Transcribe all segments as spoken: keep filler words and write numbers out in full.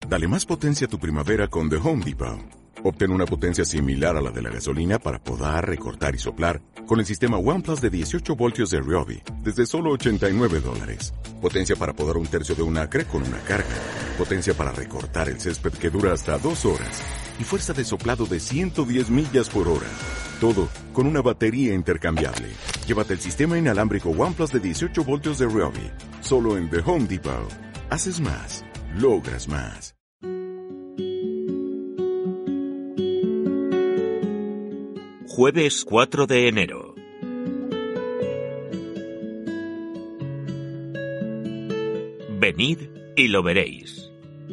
Dale más potencia a tu primavera con The Home Depot. Obtén una potencia similar a la de la gasolina para podar, recortar y soplar con el sistema OnePlus de dieciocho voltios de Ryobi desde solo ochenta y nueve dólares. Potencia para podar un tercio de un acre con una carga. Potencia para recortar el césped que dura hasta dos horas. Y fuerza de soplado de ciento diez millas por hora. Todo con una batería intercambiable. Llévate el sistema inalámbrico OnePlus de dieciocho voltios de Ryobi. Solo en The Home Depot. Haces más. Logras más. Jueves cuatro de enero. Venid y lo veréis.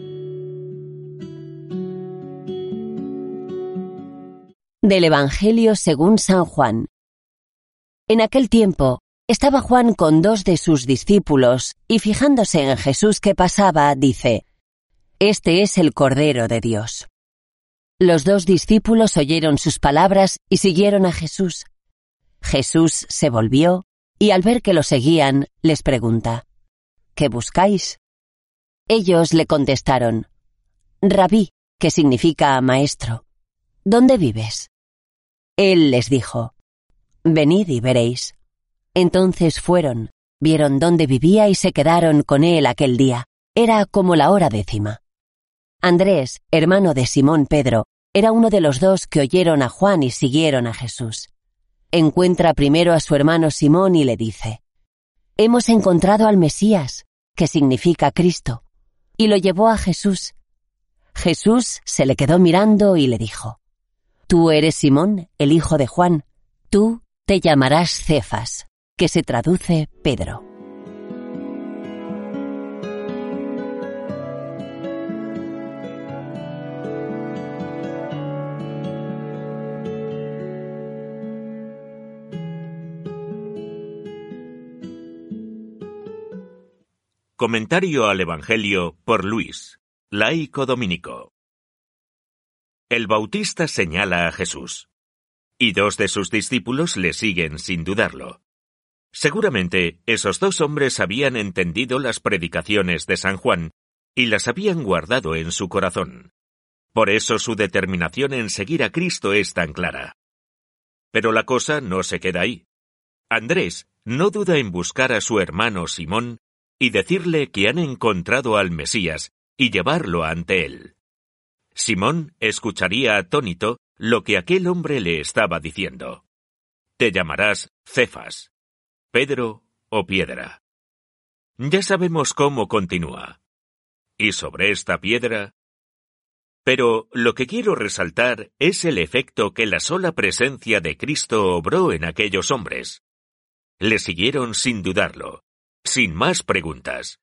Del Evangelio según San Juan. En aquel tiempo, estaba Juan con dos de sus discípulos, y fijándose en Jesús que pasaba, dice: «Este es el Cordero de Dios». Los dos discípulos oyeron sus palabras y siguieron a Jesús. Jesús se volvió, y al ver que lo seguían, les pregunta: «¿Qué buscáis?». Ellos le contestaron: «Rabí», que significa maestro, «¿dónde vives?». Él les dijo: «Venid y veréis». Entonces fueron, vieron dónde vivía y se quedaron con él aquel día. Era como la hora décima. Andrés, hermano de Simón Pedro, era uno de los dos que oyeron a Juan y siguieron a Jesús. Encuentra primero a su hermano Simón y le dice: «Hemos encontrado al Mesías», que significa Cristo, y lo llevó a Jesús. Jesús se le quedó mirando y le dijo: «Tú eres Simón, el hijo de Juan. Tú te llamarás Cefas», que se traduce Pedro. Comentario al Evangelio por Luis, laico dominico. El Bautista señala a Jesús, y dos de sus discípulos le siguen sin dudarlo. Seguramente esos dos hombres habían entendido las predicaciones de San Juan y las habían guardado en su corazón. Por eso su determinación en seguir a Cristo es tan clara. Pero la cosa no se queda ahí. Andrés no duda en buscar a su hermano Simón y decirle que han encontrado al Mesías y llevarlo ante él. Simón escucharía atónito lo que aquel hombre le estaba diciendo: «Te llamarás Cefas, Pedro o piedra». Ya sabemos cómo continúa. Y sobre esta piedra... Pero lo que quiero resaltar es el efecto que la sola presencia de Cristo obró en aquellos hombres. Le siguieron sin dudarlo, sin más preguntas.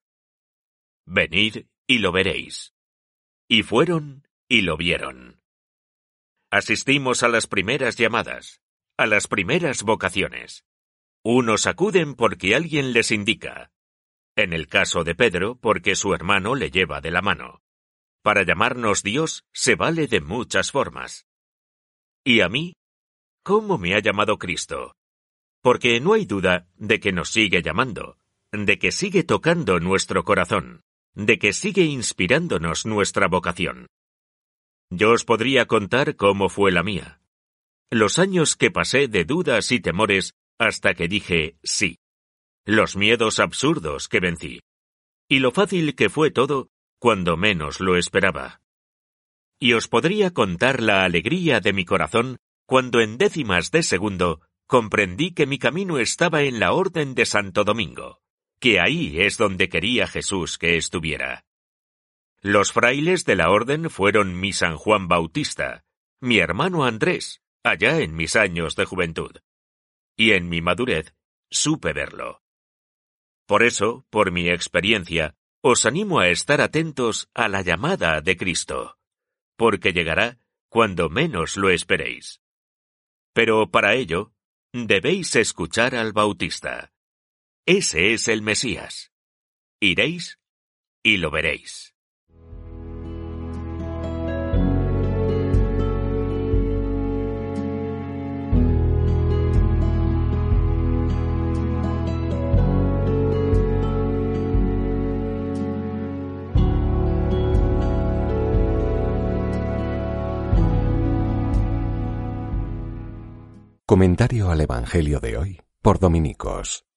«Venid y lo veréis». Y fueron y lo vieron. Asistimos a las primeras llamadas, a las primeras vocaciones. Unos acuden porque alguien les indica. En el caso de Pedro, porque su hermano le lleva de la mano. Para llamarnos Dios se vale de muchas formas. ¿Y a mí? ¿Cómo me ha llamado Cristo? Porque no hay duda de que nos sigue llamando, de que sigue tocando nuestro corazón, de que sigue inspirándonos nuestra vocación. Yo os podría contar cómo fue la mía. Los años que pasé de dudas y temores hasta que dije sí. Los miedos absurdos que vencí. Y lo fácil que fue todo cuando menos lo esperaba. Y os podría contar la alegría de mi corazón cuando en décimas de segundo comprendí que mi camino estaba en la Orden de Santo Domingo, que ahí es donde quería Jesús que estuviera. Los frailes de la orden fueron mi San Juan Bautista, mi hermano Andrés, allá en mis años de juventud. Y en mi madurez supe verlo. Por eso, por mi experiencia, os animo a estar atentos a la llamada de Cristo, porque llegará cuando menos lo esperéis. Pero para ello, debéis escuchar al Bautista. Ese es el Mesías. Iréis y lo veréis. Comentario al Evangelio de hoy por Dominicos.